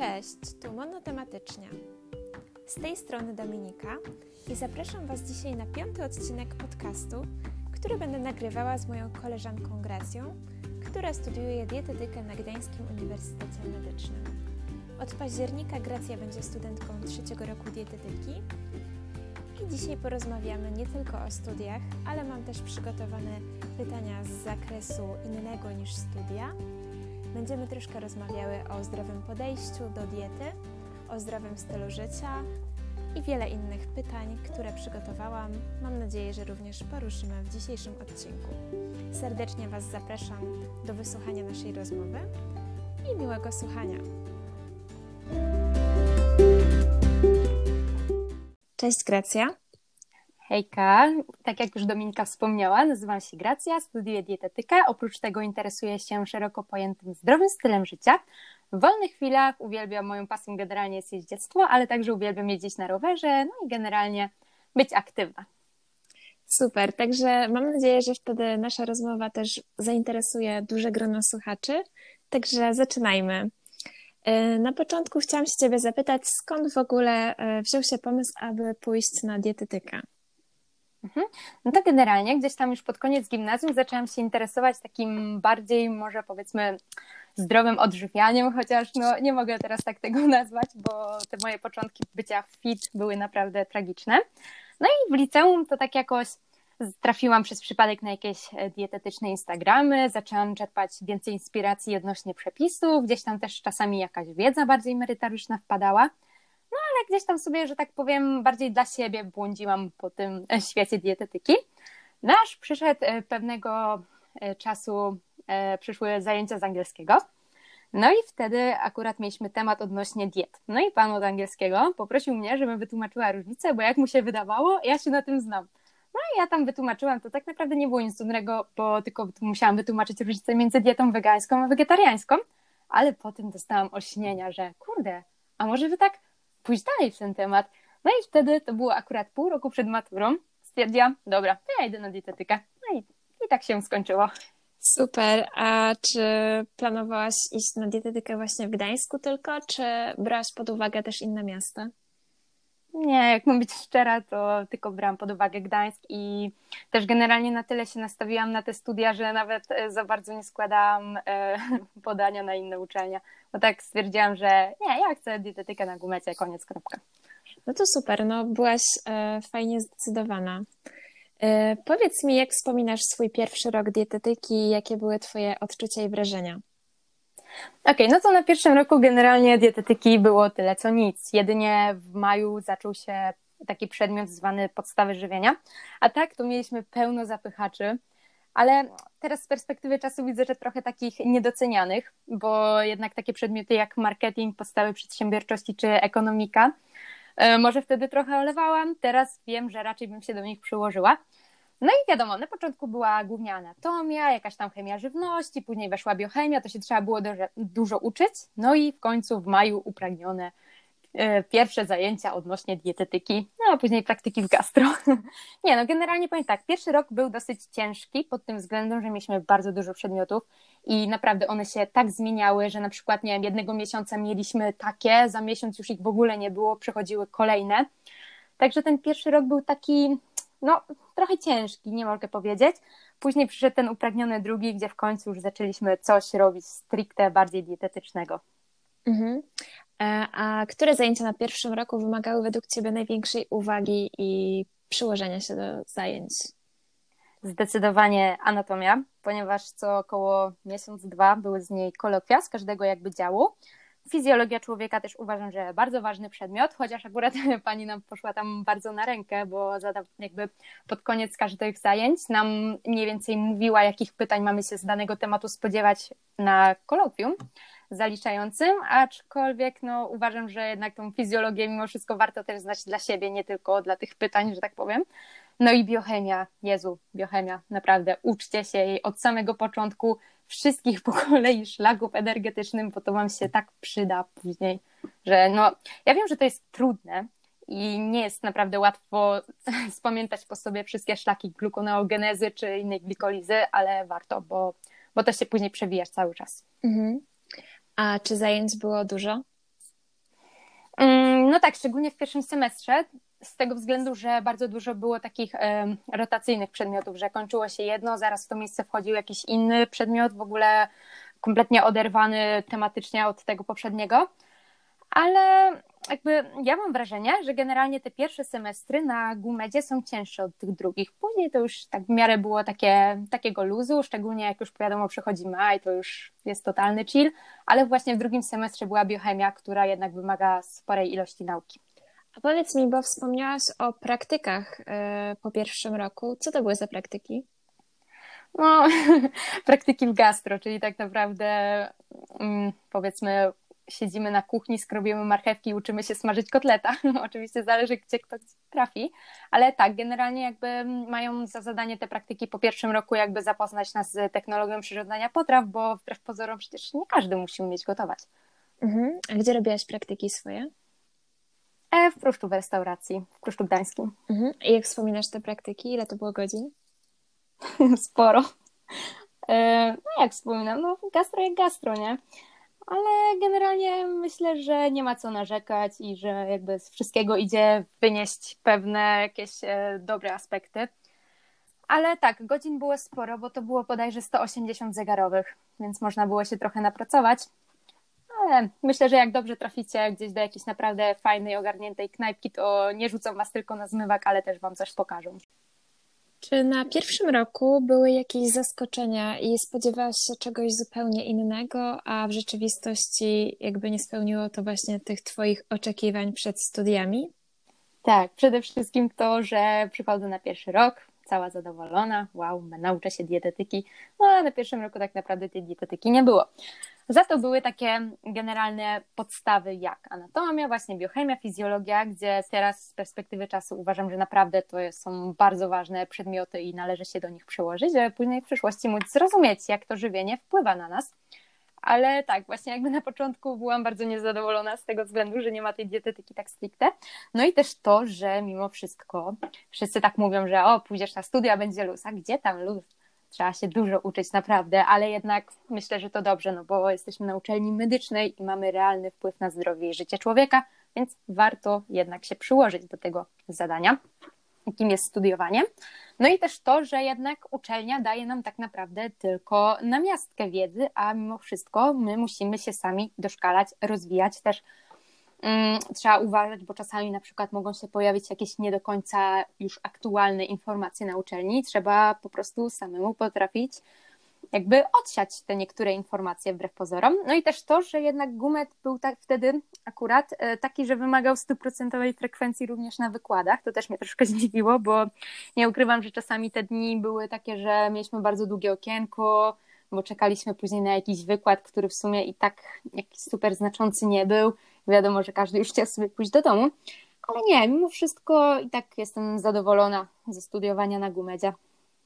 Cześć, tu Monotematycznie. Z tej strony Dominika i zapraszam Was dzisiaj na 5. odcinek podcastu, który będę nagrywała z moją koleżanką Gracją, która studiuje dietetykę na Gdańskim Uniwersytecie Medycznym. Od października Gracja będzie studentką 3. roku dietetyki i dzisiaj porozmawiamy nie tylko o studiach, ale mam też przygotowane pytania z zakresu innego niż studia. Będziemy troszkę rozmawiały o zdrowym podejściu do diety, o zdrowym stylu życia i wiele innych pytań, które przygotowałam. Mam nadzieję, że również poruszymy w dzisiejszym odcinku. Serdecznie Was zapraszam do wysłuchania naszej rozmowy i miłego słuchania. Cześć Gracja. Hejka, tak jak już Dominika wspomniała, nazywam się Gracja, studiuję dietetykę, oprócz tego interesuję się szeroko pojętym zdrowym stylem życia. W wolnych chwilach uwielbiam, moją pasją generalnie jest jeździectwo, ale także uwielbiam jeździć na rowerze, no i generalnie być aktywna. Super, także mam nadzieję, że wtedy nasza rozmowa też zainteresuje duże grono słuchaczy, także zaczynajmy. Na początku chciałam się Ciebie zapytać, skąd w ogóle wziął się pomysł, aby pójść na dietetykę? No to generalnie gdzieś tam już pod koniec gimnazjum zaczęłam się interesować takim bardziej może powiedzmy zdrowym odżywianiem, chociaż no nie mogę teraz tak tego nazwać, bo te moje początki bycia fit były naprawdę tragiczne. No i w liceum to tak jakoś trafiłam przez przypadek na jakieś dietetyczne Instagramy, zaczęłam czerpać więcej inspiracji odnośnie przepisów, gdzieś tam też czasami jakaś wiedza bardziej merytoryczna wpadała. No ale gdzieś tam sobie, że tak powiem, bardziej dla siebie błądziłam po tym świecie dietetyki. No aż przyszedł pewnego czasu, przyszły zajęcia z angielskiego. No i wtedy akurat mieliśmy temat odnośnie diet. No i pan od angielskiego poprosił mnie, żebym wytłumaczyła różnicę, bo jak mu się wydawało, ja się na tym znam. No i ja tam wytłumaczyłam, to tak naprawdę nie było nic trudnego, bo tylko musiałam wytłumaczyć różnicę między dietą wegańską a wegetariańską, ale potem dostałam olśnienia, że kurde, a może by tak pójść dalej w ten temat. No i wtedy, to było akurat pół roku przed maturą, stwierdziłam, dobra, to ja idę na dietetykę. No i tak się skończyło. Super, a czy planowałaś iść na dietetykę właśnie w Gdańsku tylko, czy brałaś pod uwagę też inne miasta? Nie, jak mam być szczera, to tylko brałam pod uwagę Gdańsk i też generalnie na tyle się nastawiłam na te studia, że nawet za bardzo nie składałam podania na inne uczelnie, bo tak stwierdziłam, że nie, ja chcę dietetykę na Gumecie, koniec, kropka. No to super, no byłaś fajnie zdecydowana. Powiedz mi, jak wspominasz swój pierwszy rok dietetyki i jakie były Twoje odczucia i wrażenia? Okej, no to na pierwszym roku generalnie dietetyki było tyle co nic. Jedynie w maju zaczął się taki przedmiot zwany podstawy żywienia, a tak to mieliśmy pełno zapychaczy, ale teraz z perspektywy czasu widzę, że trochę takich niedocenianych, bo jednak takie przedmioty jak marketing, podstawy przedsiębiorczości czy ekonomika, może wtedy trochę olewałam, teraz wiem, że raczej bym się do nich przyłożyła. No i wiadomo, na początku była głównie anatomia, jakaś tam chemia żywności, później weszła biochemia, to się trzeba było dużo uczyć. No i w końcu w maju upragnione pierwsze zajęcia odnośnie dietetyki, no a później praktyki w gastro. Nie no, generalnie powiem tak, pierwszy rok był dosyć ciężki pod tym względem, że mieliśmy bardzo dużo przedmiotów i naprawdę one się tak zmieniały, że na przykład, nie wiem, jednego miesiąca mieliśmy takie, za miesiąc już ich w ogóle nie było, przychodziły kolejne. Także ten pierwszy rok był taki, no trochę ciężki, nie mogę powiedzieć. Później przyszedł ten upragniony drugi, gdzie w końcu już zaczęliśmy coś robić stricte bardziej dietetycznego. Mhm. A które zajęcia na pierwszym roku wymagały według Ciebie największej uwagi i przyłożenia się do zajęć? Zdecydowanie anatomia, ponieważ co około miesiąc, dwa były z niej kolokwia z każdego jakby działu. Fizjologia człowieka też uważam, że bardzo ważny przedmiot, chociaż akurat pani nam poszła tam bardzo na rękę, bo jakby pod koniec każdych zajęć nam mniej więcej mówiła, jakich pytań mamy się z danego tematu spodziewać na kolokwium zaliczającym, aczkolwiek no, uważam, że jednak tą fizjologię mimo wszystko warto też znać dla siebie, nie tylko dla tych pytań, że tak powiem. No i biochemia, Jezu, biochemia, naprawdę uczcie się jej od samego początku, wszystkich po kolei szlaków energetycznym, bo to wam się tak przyda później, że no, ja wiem, że to jest trudne i nie jest naprawdę łatwo spamiętać po sobie wszystkie szlaki glukoneogenezy czy innej glikolizy, ale warto, bo to się później przewija cały czas. Mhm. A czy zajęć było dużo? No tak, szczególnie w pierwszym semestrze, z tego względu, że bardzo dużo było takich rotacyjnych przedmiotów, że kończyło się jedno, zaraz w to miejsce wchodził jakiś inny przedmiot, w ogóle kompletnie oderwany tematycznie od tego poprzedniego, ale jakby ja mam wrażenie, że generalnie te pierwsze semestry na GUMedzie są cięższe od tych drugich. Później to już tak w miarę było takiego luzu, szczególnie jak już wiadomo przychodzi maj, to już jest totalny chill, ale właśnie w drugim semestrze była biochemia, która jednak wymaga sporej ilości nauki. A powiedz mi, bo wspomniałaś o praktykach po pierwszym roku. Co to były za praktyki? No, praktyki w gastro, czyli tak naprawdę powiedzmy siedzimy na kuchni, skrobimy marchewki i uczymy się smażyć kotleta. Oczywiście zależy, gdzie ktoś trafi, ale tak, generalnie jakby mają za zadanie te praktyki po pierwszym roku jakby zapoznać nas z technologią przyrządzania potraw, bo wbrew pozorom przecież nie każdy musi umieć gotować. Mhm. A gdzie robiłaś praktyki swoje? W Pruszczu w restauracji, w Pruszczu Gdańskim. Mhm. I jak wspominasz te praktyki? Ile to było godzin? Sporo. No jak wspominam, no gastro jak gastro, nie? Ale generalnie myślę, że nie ma co narzekać i że jakby z wszystkiego idzie wynieść pewne jakieś dobre aspekty. Ale tak, godzin było sporo, bo to było bodajże 180 zegarowych, więc można było się trochę napracować. Ale myślę, że jak dobrze traficie gdzieś do jakiejś naprawdę fajnej, ogarniętej knajpki, to nie rzucą was tylko na zmywak, ale też wam coś pokażą. Czy na pierwszym roku były jakieś zaskoczenia i spodziewałaś się czegoś zupełnie innego, a w rzeczywistości jakby nie spełniło to właśnie tych twoich oczekiwań przed studiami? Tak, przede wszystkim to, że przychodzę na pierwszy rok, cała zadowolona, wow, nauczę się dietetyki, no ale na pierwszym roku tak naprawdę tej dietetyki nie było. Za to były takie generalne podstawy jak anatomia, właśnie biochemia, fizjologia, gdzie teraz z perspektywy czasu uważam, że naprawdę to są bardzo ważne przedmioty i należy się do nich przyłożyć, żeby później w przyszłości móc zrozumieć, jak to żywienie wpływa na nas. Ale tak, właśnie jakby na początku byłam bardzo niezadowolona z tego względu, że nie ma tej dietetyki tak stricte. No i też to, że mimo wszystko wszyscy tak mówią, że o, pójdziesz na studia, będzie luz. A gdzie tam luz? Trzeba się dużo uczyć naprawdę, ale jednak myślę, że to dobrze, no bo jesteśmy na uczelni medycznej i mamy realny wpływ na zdrowie i życie człowieka, więc warto jednak się przyłożyć do tego zadania, jakim jest studiowanie. No i też to, że jednak uczelnia daje nam tak naprawdę tylko namiastkę wiedzy, a mimo wszystko my musimy się sami doszkalać, rozwijać też. Trzeba uważać, bo czasami na przykład mogą się pojawić jakieś nie do końca już aktualne informacje na uczelni. Trzeba po prostu samemu potrafić jakby odsiać te niektóre informacje wbrew pozorom. No i też to, że jednak GUMET był tak wtedy akurat taki, że wymagał 100% frekwencji również na wykładach. To też mnie troszkę zdziwiło, bo nie ukrywam, że czasami te dni były takie, że mieliśmy bardzo długie okienko, bo czekaliśmy później na jakiś wykład, który w sumie i tak jakiś super znaczący nie był. Wiadomo, że każdy już chciał sobie pójść do domu, ale nie, mimo wszystko i tak jestem zadowolona ze studiowania na GUMedzie.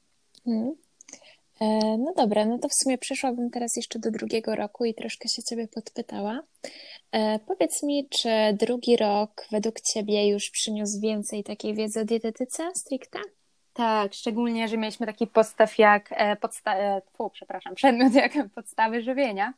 No dobra, no to w sumie przeszłabym teraz jeszcze do drugiego roku i troszkę się ciebie podpytała. Powiedz mi, czy drugi rok według ciebie już przyniósł więcej takiej wiedzy o dietetyce stricte? Tak, szczególnie, że mieliśmy taki podstaw jak przedmiot jak podstawy żywienia.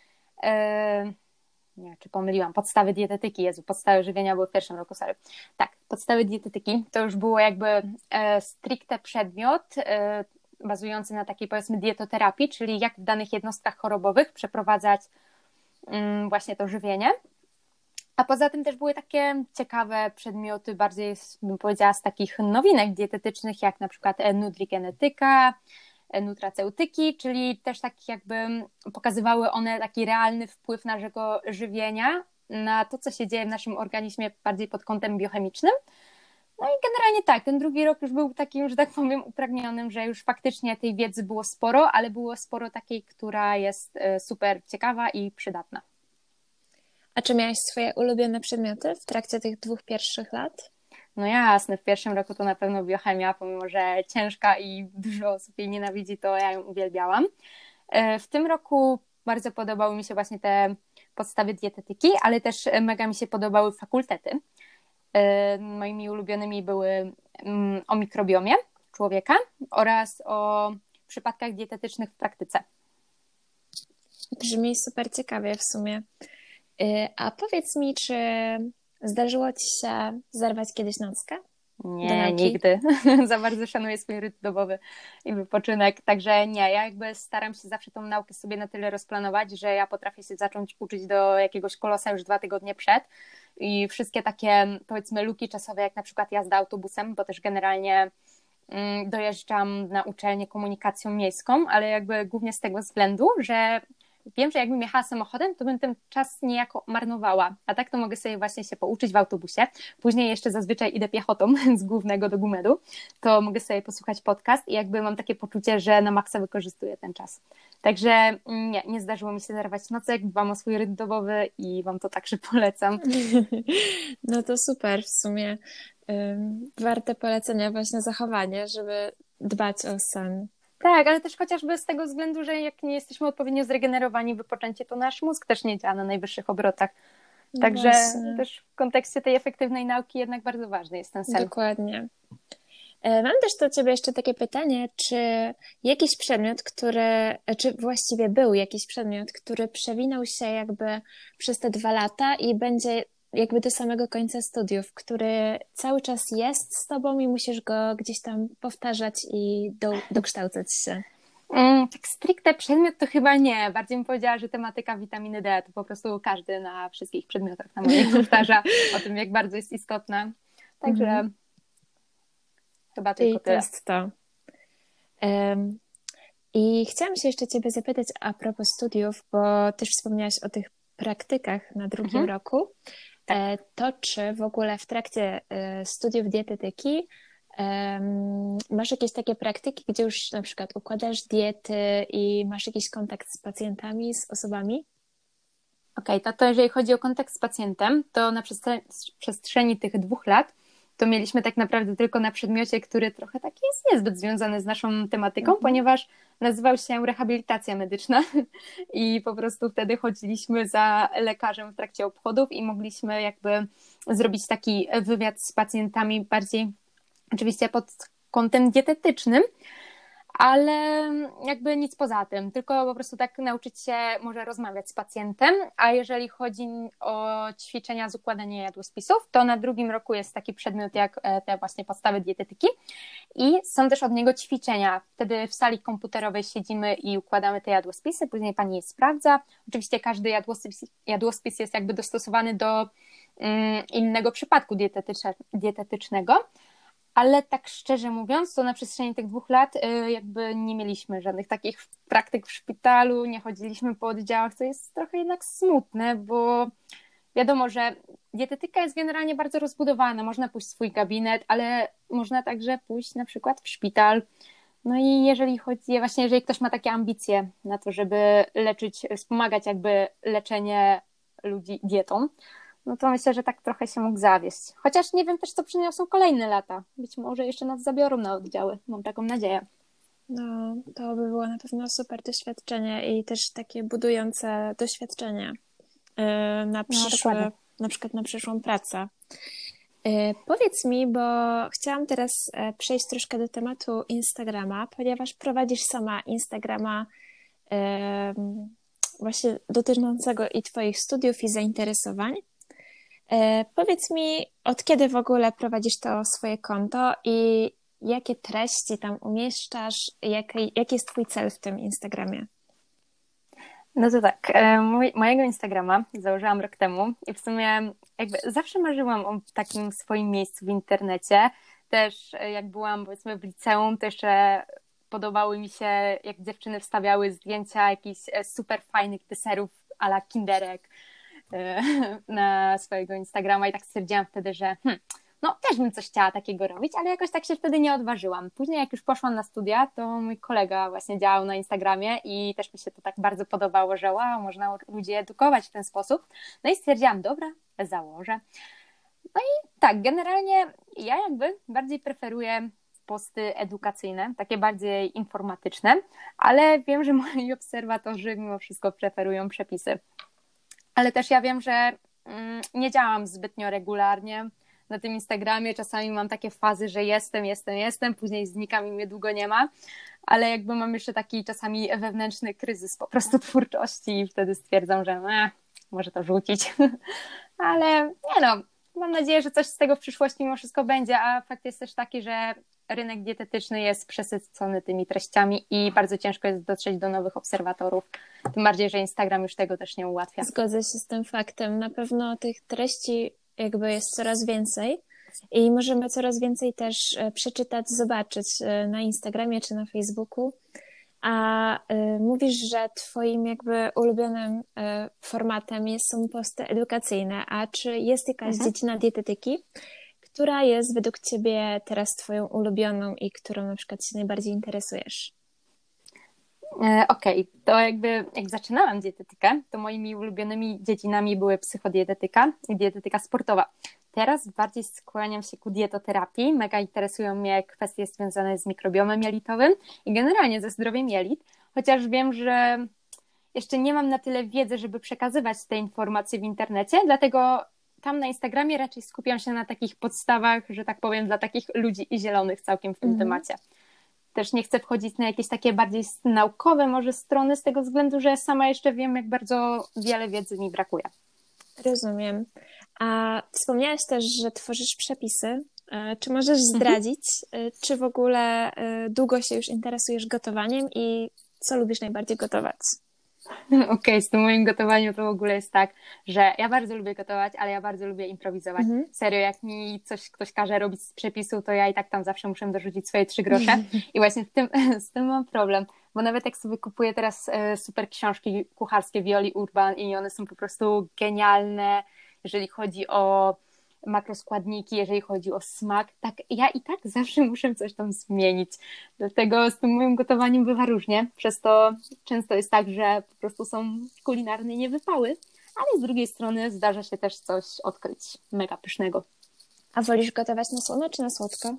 Nie, czy pomyliłam, podstawy dietetyki, podstawy żywienia były w pierwszym roku, sorry. Tak, podstawy dietetyki to już było jakby stricte przedmiot bazujący na takiej powiedzmy dietoterapii, czyli jak w danych jednostkach chorobowych przeprowadzać właśnie to żywienie. A poza tym też były takie ciekawe przedmioty, bardziej bym powiedziała z takich nowinek dietetycznych, jak na przykład nutrigenetyka, nutraceutyki, czyli też tak jakby pokazywały one taki realny wpływ naszego żywienia na to, co się dzieje w naszym organizmie bardziej pod kątem biochemicznym. No i generalnie tak, ten drugi rok już był takim, że tak powiem, upragnionym, że już faktycznie tej wiedzy było sporo, ale było sporo takiej, która jest super ciekawa i przydatna. A czy miałaś swoje ulubione przedmioty w trakcie tych 2 pierwszych lat? No jasne, w pierwszym roku to na pewno biochemia, pomimo że ciężka i dużo osób jej nienawidzi, to ja ją uwielbiałam. W tym roku bardzo podobały mi się właśnie te podstawy dietetyki, ale też mega mi się podobały fakultety. Moimi ulubionymi były o mikrobiomie człowieka oraz o przypadkach dietetycznych w praktyce. Brzmi super ciekawie w sumie. A powiedz mi, czy Zdarzyło Ci się zerwać kiedyś nockę do Nie, nauki? nigdy. Za bardzo szanuję swój rytm dobowy i wypoczynek. Także nie, ja jakby staram się zawsze tą naukę sobie na tyle rozplanować, że ja potrafię się zacząć uczyć do jakiegoś kolosa już 2 tygodnie przed i wszystkie takie, powiedzmy, luki czasowe, jak na przykład jazda autobusem, bo też generalnie dojeżdżam na uczelnię komunikacją miejską, ale jakby głównie z tego względu, że wiem, że jakbym jechała samochodem, to bym ten czas niejako marnowała, a tak to mogę sobie właśnie się pouczyć w autobusie. Później jeszcze zazwyczaj idę piechotą z Głównego do Gumedu, to mogę sobie posłuchać podcast i jakby mam takie poczucie, że na maksa wykorzystuję ten czas. Także nie zdarzyło mi się zerwać nocek, dbam o swój rytm dobowy i Wam to także polecam. No to super, w sumie warte polecenia właśnie zachowanie, żeby dbać o sen. Tak, ale też chociażby z tego względu, że jak nie jesteśmy odpowiednio zregenerowani, wypoczęci, to nasz mózg też nie działa na najwyższych obrotach. No Także właśnie, też w kontekście tej efektywnej nauki jednak bardzo ważny jest ten sen. dokładnie. Mam też do Ciebie jeszcze takie pytanie, czy jakiś przedmiot, czy właściwie był jakiś przedmiot, który przewinął się jakby przez te 2 lata i będzie jakby do samego końca studiów, który cały czas jest z Tobą i musisz go gdzieś tam powtarzać i dokształcać się. Tak stricte przedmiot to chyba nie. Bardziej bym powiedziała, że tematyka witaminy D to po prostu każdy na wszystkich przedmiotach na moich powtarza o tym, jak bardzo jest istotna. Także chyba tylko I to tyle. jest to. I chciałam się jeszcze Ciebie zapytać a propos studiów, bo też wspomniałaś o tych praktykach na drugim roku. To czy w ogóle w trakcie studiów dietetyki masz jakieś takie praktyki, gdzie już na przykład układasz diety i masz jakiś kontakt z pacjentami, z osobami? Okej, to jeżeli chodzi o kontakt z pacjentem, to na przestrzeni tych 2 lat to mieliśmy tak naprawdę tylko na przedmiocie, który trochę taki jest niezbyt związany z naszą tematyką, ponieważ nazywał się rehabilitacja medyczna i po prostu wtedy chodziliśmy za lekarzem w trakcie obchodów i mogliśmy jakby zrobić taki wywiad z pacjentami bardziej oczywiście pod kątem dietetycznym, ale jakby nic poza tym, tylko po prostu tak nauczyć się może rozmawiać z pacjentem, a jeżeli chodzi o ćwiczenia z układania jadłospisów, to na drugim roku jest taki przedmiot jak te właśnie podstawy dietetyki i są też od niego ćwiczenia. Wtedy w sali komputerowej siedzimy i układamy te jadłospisy, później pani je sprawdza. Oczywiście każdy jadłospis jest jakby dostosowany do innego przypadku dietetycznego, ale tak szczerze mówiąc, to na przestrzeni tych 2 lat jakby nie mieliśmy żadnych takich praktyk w szpitalu, nie chodziliśmy po oddziałach, co jest trochę jednak smutne, bo wiadomo, że dietetyka jest generalnie bardzo rozbudowana, można pójść w swój gabinet, ale można także pójść na przykład w szpital. No i jeżeli ktoś ma takie ambicje na to, żeby wspomagać jakby leczenie ludzi dietą, no to myślę, że tak trochę się mógł zawieść. Chociaż nie wiem też, co przyniosą kolejne lata. Być może jeszcze nas zabiorą na oddziały. Mam taką nadzieję. No, to by było na pewno super doświadczenie i też takie budujące doświadczenie na na przykład na przyszłą pracę. Powiedz mi, bo chciałam teraz przejść troszkę do tematu Instagrama, ponieważ prowadzisz sama Instagrama właśnie dotyczącego i Twoich studiów i zainteresowań. Powiedz mi, od kiedy w ogóle prowadzisz to swoje konto i jakie treści tam umieszczasz? Jaki jest Twój cel w tym Instagramie? No to tak, mojego Instagrama założyłam rok temu i w sumie jakby zawsze marzyłam o takim swoim miejscu w internecie. Też jak byłam powiedzmy w liceum, to jeszcze podobały mi się, jak dziewczyny wstawiały zdjęcia jakichś super fajnych deserów a la kinderek na swojego Instagrama i tak stwierdziłam wtedy, że no też bym coś chciała takiego robić, ale jakoś tak się wtedy nie odważyłam. Później jak już poszłam na studia, to mój kolega właśnie działał na Instagramie i też mi się to tak bardzo podobało, że wow, można ludzi edukować w ten sposób. No i stwierdziłam, dobra, założę. No i tak, generalnie ja jakby bardziej preferuję posty edukacyjne, takie bardziej informatyczne, ale wiem, że moi obserwatorzy mimo wszystko preferują przepisy. Ale też ja wiem, że nie działam zbytnio regularnie na tym Instagramie. Czasami mam takie fazy, że jestem, później znikam i mnie długo nie ma, ale jakby mam jeszcze taki czasami wewnętrzny kryzys po prostu twórczości i wtedy stwierdzam, że może to rzucić. Ale nie no, mam nadzieję, że coś z tego w przyszłości mimo wszystko będzie, a fakt jest też taki, że rynek dietetyczny jest przesycony tymi treściami i bardzo ciężko jest dotrzeć do nowych obserwatorów, tym bardziej, że Instagram już tego też nie ułatwia. Zgodzę się z tym faktem. Na pewno tych treści jakby jest coraz więcej i możemy coraz więcej też przeczytać, zobaczyć na Instagramie czy na Facebooku. A mówisz, że twoim jakby ulubionym formatem są posty edukacyjne. A czy jest jakaś dziedzina dietetyki, która jest według ciebie teraz twoją ulubioną i którą na przykład się najbardziej interesujesz? Okej, to jakby jak zaczynałam dietetykę, to moimi ulubionymi dziedzinami były psychodietetyka i dietetyka sportowa. Teraz bardziej skłaniam się ku dietoterapii. Mega interesują mnie kwestie związane z mikrobiomem jelitowym i generalnie ze zdrowiem jelit, chociaż wiem, że jeszcze nie mam na tyle wiedzy, żeby przekazywać te informacje w internecie, dlatego tam na Instagramie raczej skupiam się na takich podstawach, że tak powiem, dla takich ludzi i zielonych całkiem w tym temacie. Też nie chcę wchodzić na jakieś takie bardziej naukowe może strony z tego względu, że sama jeszcze wiem, jak bardzo wiele wiedzy mi brakuje. Rozumiem. A wspomniałaś też, że tworzysz przepisy. Czy możesz zdradzić, czy w ogóle długo się już interesujesz gotowaniem i co lubisz najbardziej gotować? Okej, z tym moim gotowaniu to w ogóle jest tak, że ja bardzo lubię gotować, ale ja bardzo lubię improwizować. Serio, jak mi coś ktoś każe robić z przepisu, to ja i tak tam zawsze muszę dorzucić swoje 3 grosze. I właśnie z tym mam problem, bo nawet jak sobie kupuję teraz super książki kucharskie Violi Urban i one są po prostu genialne, jeżeli chodzi o makroskładniki, jeżeli chodzi o smak, tak ja i tak zawsze muszę coś tam zmienić. Dlatego z tym moim gotowaniem bywa różnie. Przez to często jest tak, że po prostu są kulinarne niewypały, ale z drugiej strony zdarza się też coś odkryć mega pysznego. A wolisz gotować na słono czy na słodko?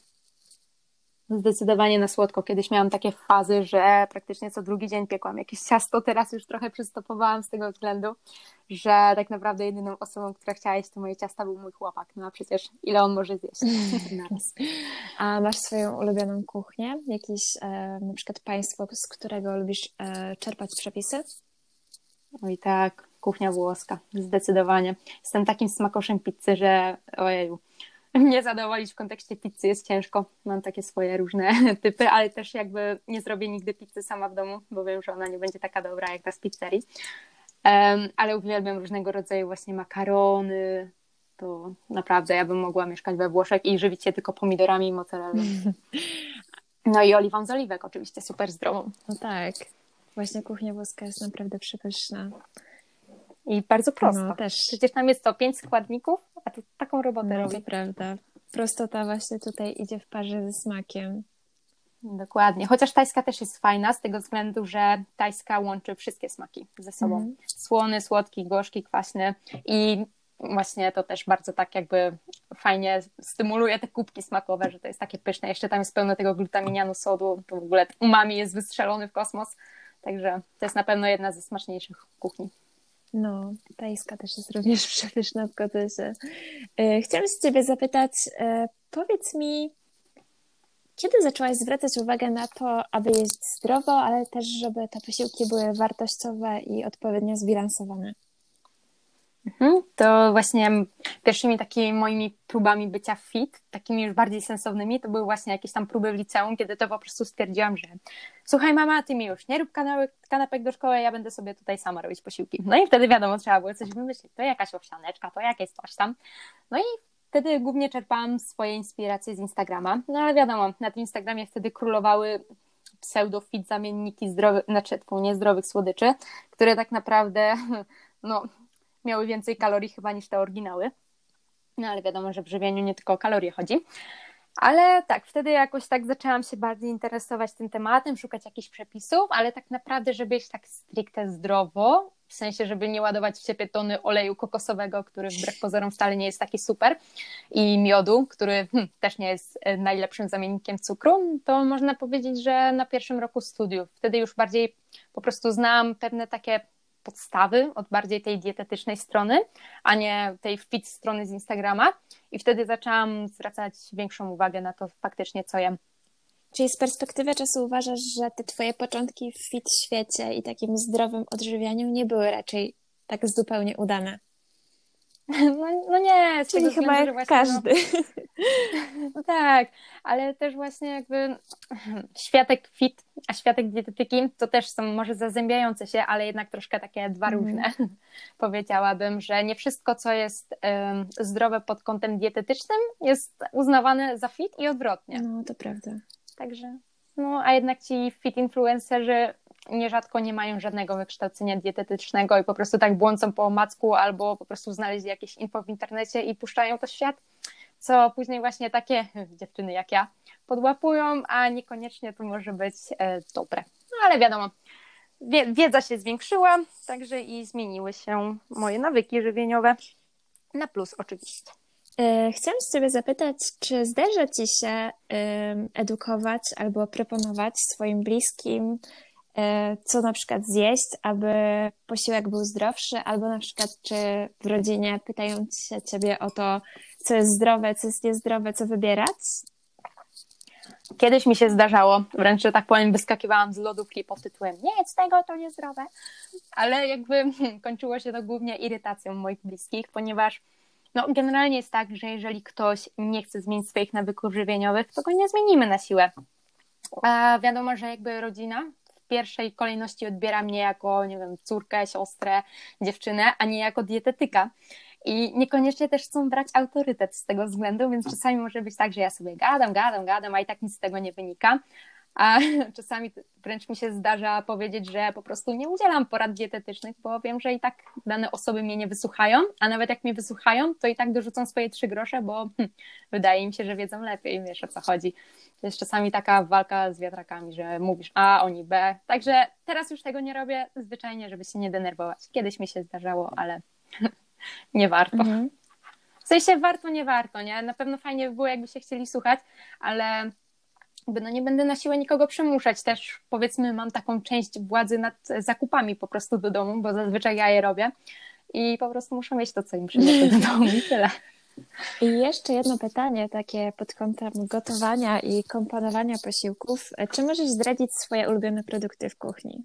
Zdecydowanie na słodko. Kiedyś miałam takie fazy, że praktycznie co drugi dzień piekłam jakieś ciasto. Teraz już trochę przystopowałam z tego względu, że tak naprawdę jedyną osobą, która chciała jeść te moje ciasta, był mój chłopak. No a przecież ile on może zjeść naraz. A masz swoją ulubioną kuchnię? Jakieś na przykład państwo, z którego lubisz czerpać przepisy? Oj tak, kuchnia włoska. Zdecydowanie. Jestem takim smakoszem pizzy, że ojeju. Mnie zadowolić w kontekście pizzy jest ciężko. Mam takie swoje różne typy, ale też jakby nie zrobię nigdy pizzy sama w domu, bo wiem, że ona nie będzie taka dobra jak ta z pizzerii. Ale uwielbiam różnego rodzaju właśnie makarony. To naprawdę ja bym mogła mieszkać we Włoszech i żywić się tylko pomidorami i mozzarellą. No i oliwą z oliwek oczywiście, super zdrową. No tak, właśnie kuchnia włoska jest naprawdę przepyszna. I bardzo prosta. No, też. Przecież tam jest 5 składników, a tu taką robotę robi. To prawda. Prostota właśnie tutaj idzie w parze ze smakiem. Dokładnie. Chociaż tajska też jest fajna z tego względu, że tajska łączy wszystkie smaki ze sobą. Słony, słodki, gorzki, kwaśny i właśnie to też bardzo tak jakby fajnie stymuluje te kubki smakowe, że to jest takie pyszne. Jeszcze tam jest pełno tego glutaminianu, sodu, to w ogóle umami jest wystrzelony w kosmos. Także to jest na pewno jedna ze smaczniejszych kuchni. No, tajska też jest również przepyszna, zgodzę się. Chciałam się Ciebie zapytać, powiedz mi, kiedy zaczęłaś zwracać uwagę na to, aby jeść zdrowo, ale też, żeby te posiłki były wartościowe i odpowiednio zbilansowane? To właśnie pierwszymi takimi moimi próbami bycia fit, takimi już bardziej sensownymi, to były właśnie jakieś tam próby w liceum, kiedy to po prostu stwierdziłam, że słuchaj mama, ty mi już nie rób kanapek do szkoły, ja będę sobie tutaj sama robić posiłki. No i wtedy wiadomo, trzeba było coś wymyślić, to jakaś owsianeczka, to jakieś coś tam. No i wtedy głównie czerpałam swoje inspiracje z Instagrama, no ale wiadomo, na tym Instagramie wtedy królowały pseudo-fit zamienniki niezdrowych słodyczy, które tak naprawdę, no miały więcej kalorii chyba niż te oryginały. No ale wiadomo, że w żywieniu nie tylko o kalorie chodzi. Ale tak, wtedy jakoś tak zaczęłam się bardziej interesować tym tematem, szukać jakichś przepisów, ale tak naprawdę, żeby jeść tak stricte zdrowo, w sensie, żeby nie ładować w siebie tony oleju kokosowego, który wbrew pozorom wcale nie jest taki super, i miodu, który też nie jest najlepszym zamiennikiem cukru, to można powiedzieć, że na pierwszym roku studiów. Wtedy już bardziej po prostu znałam pewne takie podstawy od bardziej tej dietetycznej strony, a nie tej fit strony z Instagrama i wtedy zaczęłam zwracać większą uwagę na to faktycznie, co jem. Czyli z perspektywy czasu uważasz, że te twoje początki w fit świecie i takim zdrowym odżywianiu nie były raczej tak zupełnie udane? No nie, z Czyli tego chyba względu, jak że właśnie każdy. no tak, ale też właśnie jakby światek fit, a światek dietetyki to też są może zazębiające się, ale jednak troszkę takie dwa różne. Powiedziałabym, że nie wszystko, co jest zdrowe pod kątem dietetycznym, jest uznawane za fit i odwrotnie. No, to prawda. Także, no a jednak ci fit influencerzy nierzadko nie mają żadnego wykształcenia dietetycznego i po prostu tak błądzą po omacku albo po prostu znaleźli jakieś info w internecie i puszczają to w świat, co później właśnie takie dziewczyny jak ja podłapują, a niekoniecznie to może być dobre. No ale wiadomo, wiedza się zwiększyła, także i zmieniły się moje nawyki żywieniowe. Na plus oczywiście. Chciałam z Ciebie zapytać, czy zdarza Ci się edukować albo proponować swoim bliskim, co na przykład zjeść, aby posiłek był zdrowszy, albo na przykład czy w rodzinie pytają się Ciebie o to, co jest zdrowe, co jest niezdrowe, co wybierać? Kiedyś mi się zdarzało, wręcz, że tak powiem, wyskakiwałam z lodówki pod tytułem nie jedz tego, to niezdrowe, ale jakby kończyło się to głównie irytacją moich bliskich, ponieważ no, generalnie jest tak, że jeżeli ktoś nie chce zmienić swoich nawyków żywieniowych, to go nie zmienimy na siłę. A wiadomo, że jakby rodzina w pierwszej kolejności odbiera mnie jako, nie wiem, córkę, siostrę, dziewczynę, a nie jako dietetyka. I niekoniecznie też chcą brać autorytet z tego względu, więc czasami może być tak, że ja sobie gadam, a i tak nic z tego nie wynika. A czasami wręcz mi się zdarza powiedzieć, że po prostu nie udzielam porad dietetycznych, bo wiem, że i tak dane osoby mnie nie wysłuchają, a nawet jak mnie wysłuchają, to i tak dorzucą swoje 3 grosze, bo wydaje im się, że wiedzą lepiej, wiesz o co chodzi. To jest czasami taka walka z wiatrakami, że mówisz A, oni B. Także teraz już tego nie robię zwyczajnie, żeby się nie denerwować. Kiedyś mi się zdarzało, ale nie warto. W sensie warto, nie warto, nie? Na pewno fajnie by było, jakby się chcieli słuchać, ale no nie będę na siłę nikogo przymuszać. Też powiedzmy mam taką część władzy nad zakupami po prostu do domu, bo zazwyczaj ja je robię i po prostu muszę mieć to, co im przyniosę do domu i tyle. I jeszcze jedno pytanie takie pod kątem gotowania i komponowania posiłków. Czy możesz zdradzić swoje ulubione produkty w kuchni?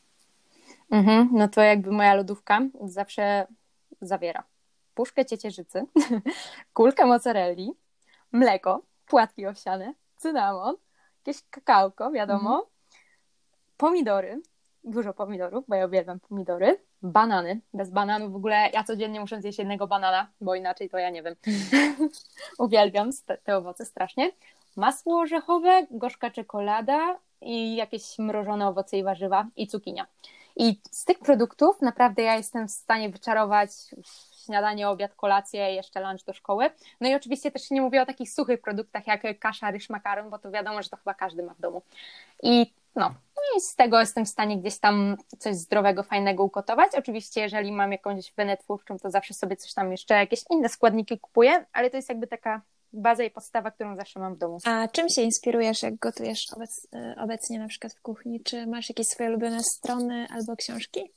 No to jakby moja lodówka zawsze zawiera puszkę ciecierzycy, kulkę mozzarelli, mleko, płatki owsiane, cynamon, jakieś kakałko, wiadomo, pomidory, dużo pomidorów, bo ja uwielbiam pomidory, banany, bez bananów w ogóle ja codziennie muszę zjeść jednego banana, bo inaczej to ja nie wiem. Uwielbiam te owoce strasznie. Masło orzechowe, gorzka czekolada i jakieś mrożone owoce i warzywa i cukinia. I z tych produktów naprawdę ja jestem w stanie wyczarować śniadanie, obiad, kolację, jeszcze lunch do szkoły. No i oczywiście też nie mówię o takich suchych produktach jak kasza, ryż, makaron, bo to wiadomo, że to chyba każdy ma w domu. I no i z tego jestem w stanie gdzieś tam coś zdrowego, fajnego ugotować. Oczywiście jeżeli mam jakąś wenę twórczą, to zawsze sobie coś tam jeszcze, jakieś inne składniki kupuję, ale to jest jakby taka baza i podstawa, którą zawsze mam w domu. A czym się inspirujesz, jak gotujesz obecnie na przykład w kuchni? Czy masz jakieś swoje ulubione strony albo książki?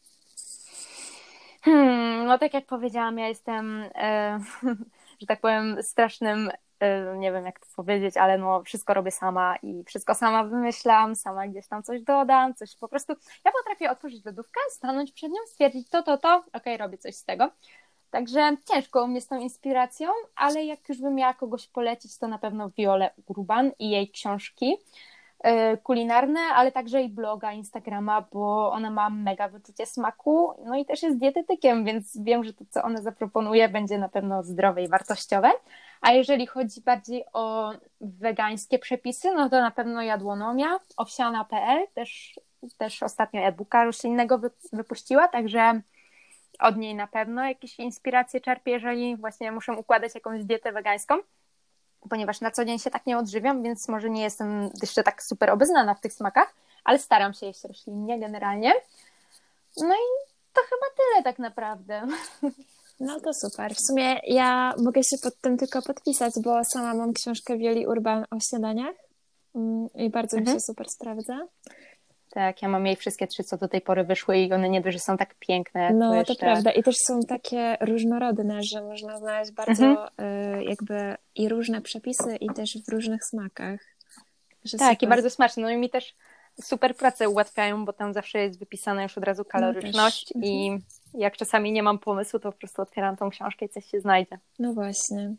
No tak jak powiedziałam, ja jestem, że tak powiem, strasznym, nie wiem jak to powiedzieć, ale no wszystko robię sama i wszystko sama wymyślam, sama gdzieś tam coś dodam, coś po prostu, ja potrafię otworzyć lodówkę, stanąć przed nią, stwierdzić to, okej, robię coś z tego. Także ciężko u mnie z tą inspiracją, ale jak już bym miała kogoś polecić, to na pewno Violę Urban i jej książki kulinarne, ale także i bloga, Instagrama, bo ona ma mega wyczucie smaku, no i też jest dietetykiem, więc wiem, że to, co ona zaproponuje, będzie na pewno zdrowe i wartościowe. A jeżeli chodzi bardziej o wegańskie przepisy, no to na pewno Jadłonomia, owsiana.pl, też ostatnio e-booka roślinnego wypuściła, także od niej na pewno jakieś inspiracje czerpię, jeżeli właśnie muszę układać jakąś dietę wegańską, ponieważ na co dzień się tak nie odżywiam, więc może nie jestem jeszcze tak super obeznana w tych smakach, ale staram się jeść roślinnie generalnie. No i to chyba tyle tak naprawdę. No to super. W sumie ja mogę się pod tym tylko podpisać, bo sama mam książkę Violi Urban o śniadaniach i bardzo mi się super sprawdza. Tak, ja mam jej wszystkie 3, co do tej pory wyszły i one nie dość, że są tak piękne. No, jeszcze... to prawda. I też są takie różnorodne, że można znaleźć bardzo jakby i różne przepisy i też w różnych smakach. Że tak, super. i bardzo smaczne. No i mi też super pracę ułatwiają, bo tam zawsze jest wypisana już od razu kaloryczność Jak czasami nie mam pomysłu, to po prostu otwieram tą książkę i coś się znajdzie. No właśnie.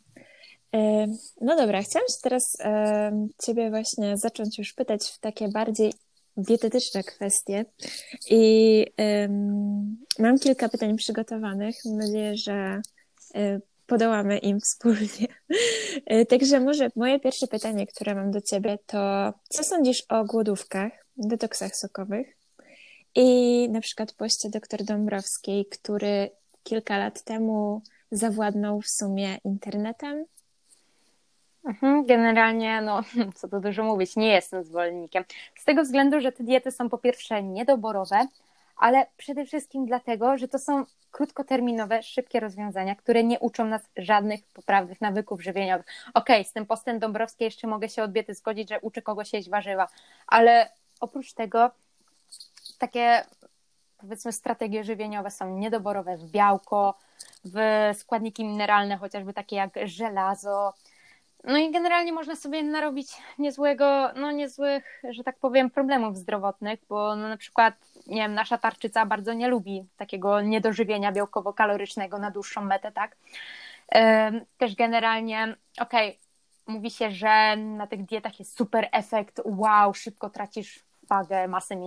No dobra, chciałam się teraz Ciebie właśnie zacząć już pytać w takie bardziej dietetyczne kwestie i mam kilka pytań przygotowanych. Mam nadzieję, że podołamy im wspólnie. Także może moje pierwsze pytanie, które mam do Ciebie, to co sądzisz o głodówkach, detoksach sokowych i na przykład poście dr Dąbrowskiej, który kilka lat temu zawładnął w sumie internetem? Generalnie, no co tu dużo mówić, nie jestem zwolennikiem. Z tego względu, że te diety są po pierwsze niedoborowe, ale przede wszystkim dlatego, że to są krótkoterminowe, szybkie rozwiązania, które nie uczą nas żadnych poprawnych nawyków żywieniowych. Okej, z tym postem Dąbrowskiej jeszcze mogę się od diety zgodzić, że uczy kogoś jeść warzywa, ale oprócz tego takie, powiedzmy, strategie żywieniowe są niedoborowe w białko, w składniki mineralne, chociażby takie jak żelazo. No i generalnie można sobie narobić niezłych, że tak powiem, problemów zdrowotnych, bo no na przykład, nie wiem, nasza tarczyca bardzo nie lubi takiego niedożywienia białkowo-kalorycznego na dłuższą metę, tak? Też generalnie, mówi się, że na tych dietach jest super efekt, wow, szybko tracisz wagę,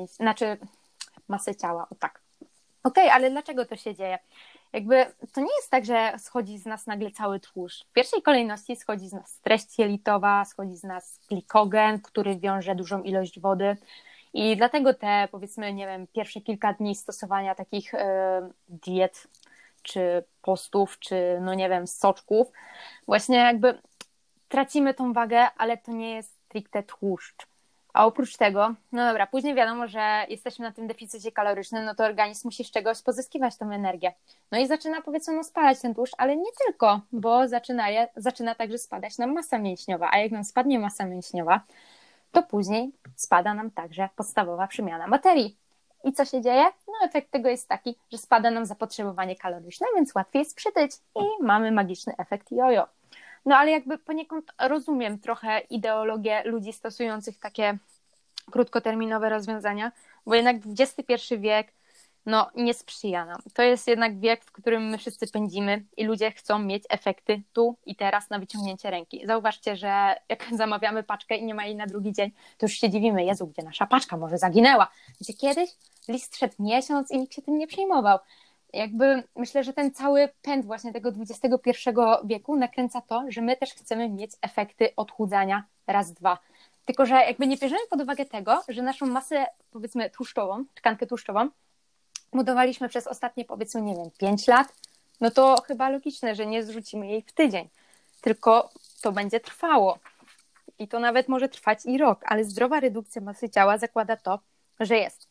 masę ciała, o tak. Ale dlaczego to się dzieje? Jakby to nie jest tak, że schodzi z nas nagle cały tłuszcz. W pierwszej kolejności schodzi z nas treść jelitowa, schodzi z nas glikogen, który wiąże dużą ilość wody i dlatego te, powiedzmy, nie wiem, pierwsze kilka dni stosowania takich diet, czy postów, czy no nie wiem, soczków, właśnie jakby tracimy tą wagę, ale to nie jest stricte tłuszcz. A oprócz tego, no dobra, później wiadomo, że jesteśmy na tym deficycie kalorycznym, no to organizm musi z czegoś pozyskiwać tą energię. No i zaczyna, powiedzmy, no spalać ten tłuszcz, ale nie tylko, bo zaczyna także spadać nam masa mięśniowa, a jak nam spadnie masa mięśniowa, to później spada nam także podstawowa przemiana materii. I co się dzieje? No efekt tego jest taki, że spada nam zapotrzebowanie kaloryczne, więc łatwiej jest przytyć i mamy magiczny efekt jojo. No ale jakby poniekąd rozumiem trochę ideologię ludzi stosujących takie krótkoterminowe rozwiązania, bo jednak XXI wiek no nie sprzyja nam. To jest jednak wiek, w którym my wszyscy pędzimy i ludzie chcą mieć efekty tu i teraz na wyciągnięcie ręki. Zauważcie, że jak zamawiamy paczkę i nie ma jej na drugi dzień, to już się dziwimy, Jezu, gdzie nasza paczka, może zaginęła. Gdzie kiedyś list szedł miesiąc i nikt się tym nie przejmował. Jakby myślę, że ten cały pęd właśnie tego XXI wieku nakręca to, że my też chcemy mieć efekty odchudzania raz, dwa. Tylko że jakby nie bierzemy pod uwagę tego, że naszą masę, powiedzmy, tłuszczową, tkankę tłuszczową budowaliśmy przez ostatnie, powiedzmy, nie wiem, 5 lat, no to chyba logiczne, że nie zrzucimy jej w tydzień, tylko to będzie trwało i to nawet może trwać i rok, ale zdrowa redukcja masy ciała zakłada to, że jest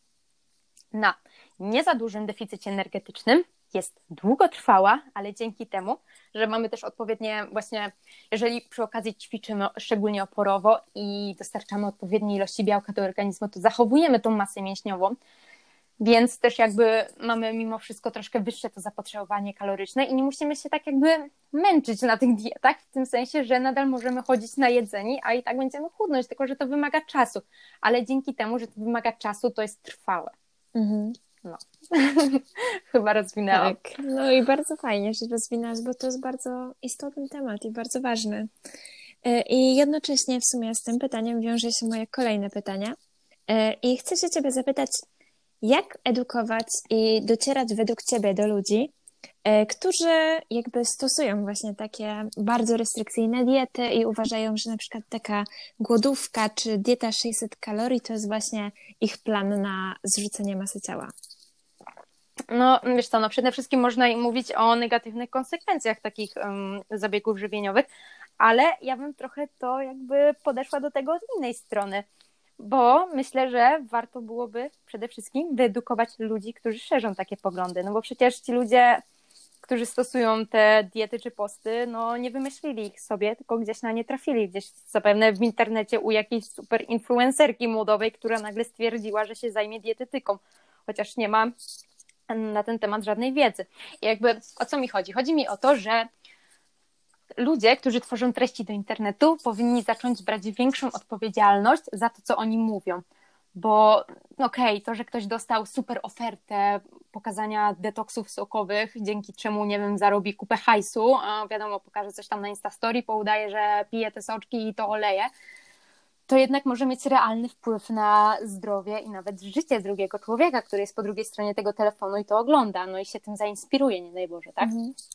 na nie za dużym deficycie energetycznym, jest długotrwała, ale dzięki temu, że mamy też odpowiednie właśnie, jeżeli przy okazji ćwiczymy szczególnie oporowo i dostarczamy odpowiedniej ilości białka do organizmu, to zachowujemy tą masę mięśniową, więc też jakby mamy mimo wszystko troszkę wyższe to zapotrzebowanie kaloryczne i nie musimy się tak jakby męczyć na tych dietach, w tym sensie, że nadal możemy chodzić na jedzeni, a i tak będziemy chudnąć, tylko że to wymaga czasu, ale dzięki temu, że to wymaga czasu, to jest trwałe. No, chyba rozwinęłam. Tak, no i bardzo fajnie, że rozwinałaś, bo to jest bardzo istotny temat i bardzo ważny. I jednocześnie w sumie z tym pytaniem wiąże się moje kolejne pytania. I chcę się Ciebie zapytać, jak edukować i docierać według Ciebie do ludzi, którzy jakby stosują właśnie takie bardzo restrykcyjne diety i uważają, że na przykład taka głodówka czy dieta 600 kalorii to jest właśnie ich plan na zrzucenie masy ciała. No wiesz co, no przede wszystkim można im mówić o negatywnych konsekwencjach takich zabiegów żywieniowych, ale ja bym trochę to jakby podeszła do tego od innej strony, bo myślę, że warto byłoby przede wszystkim wyedukować ludzi, którzy szerzą takie poglądy, no bo przecież ci ludzie, którzy stosują te diety czy posty, no nie wymyślili ich sobie, tylko gdzieś na nie trafili, gdzieś zapewne w internecie u jakiejś super influencerki modowej, która nagle stwierdziła, że się zajmie dietetyką, chociaż nie ma na ten temat żadnej wiedzy. I jakby o co mi chodzi? Chodzi mi o to, że ludzie, którzy tworzą treści do internetu, powinni zacząć brać większą odpowiedzialność za to, co oni mówią. Bo to, że ktoś dostał super ofertę pokazania detoksów sokowych, dzięki czemu, nie wiem, zarobi kupę hajsu, a wiadomo, pokaże coś tam na Instastory, poudaje, że pije te soczki i to oleje, to jednak może mieć realny wpływ na zdrowie i nawet życie drugiego człowieka, który jest po drugiej stronie tego telefonu i to ogląda, no i się tym zainspiruje, nie daj Boże, tak?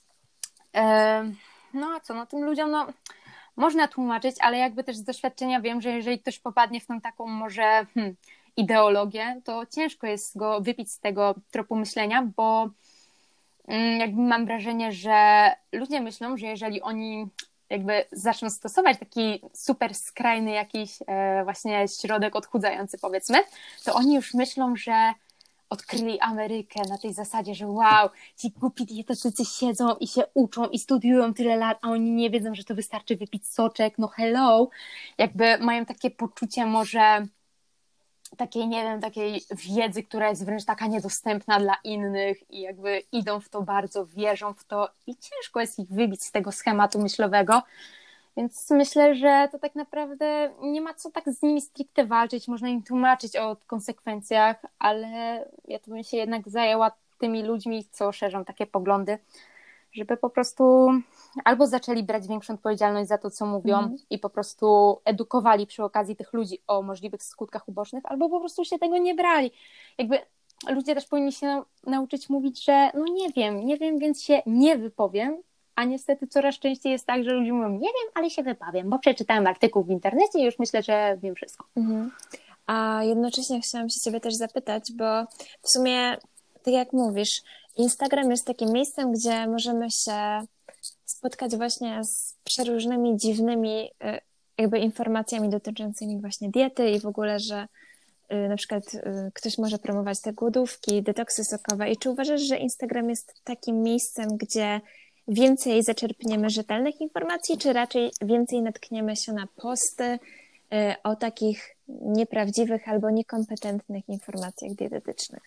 No a co, no tym ludziom, no można tłumaczyć, ale jakby też z doświadczenia wiem, że jeżeli ktoś popadnie w tą taką może ideologię, to ciężko jest go wypić z tego tropu myślenia, bo jakby mam wrażenie, że ludzie myślą, że jeżeli oni jakby zaczną stosować taki super skrajny jakiś właśnie środek odchudzający, powiedzmy, to oni już myślą, że odkryli Amerykę na tej zasadzie, że wow, ci głupi dietetycy siedzą i się uczą i studiują tyle lat, a oni nie wiedzą, że to wystarczy wypić soczek, no hello, jakby mają takie poczucie może takiej, nie wiem, takiej wiedzy, która jest wręcz taka niedostępna dla innych i jakby idą w to bardzo, wierzą w to i ciężko jest ich wybić z tego schematu myślowego, więc myślę, że to tak naprawdę nie ma co tak z nimi stricte walczyć, można im tłumaczyć o konsekwencjach, ale ja to bym się jednak zajęła tymi ludźmi, co szerzą takie poglądy, żeby po prostu albo zaczęli brać większą odpowiedzialność za to, co mówią i po prostu edukowali przy okazji tych ludzi o możliwych skutkach ubocznych, albo po prostu się tego nie brali. Jakby ludzie też powinni się nauczyć mówić, że no nie wiem, więc się nie wypowiem, a niestety coraz częściej jest tak, że ludzie mówią, nie wiem, ale się wypowiem, bo przeczytałem artykuł w internecie i już myślę, że wiem wszystko. A jednocześnie chciałam się Ciebie też zapytać, bo w sumie, tak jak mówisz, Instagram jest takim miejscem, gdzie możemy się spotkać właśnie z przeróżnymi dziwnymi jakby informacjami dotyczącymi właśnie diety i w ogóle, że na przykład ktoś może promować te głodówki, detoksy sokowe. I czy uważasz, że Instagram jest takim miejscem, gdzie więcej zaczerpniemy rzetelnych informacji, czy raczej więcej natkniemy się na posty o takich nieprawdziwych albo niekompetentnych informacjach dietetycznych?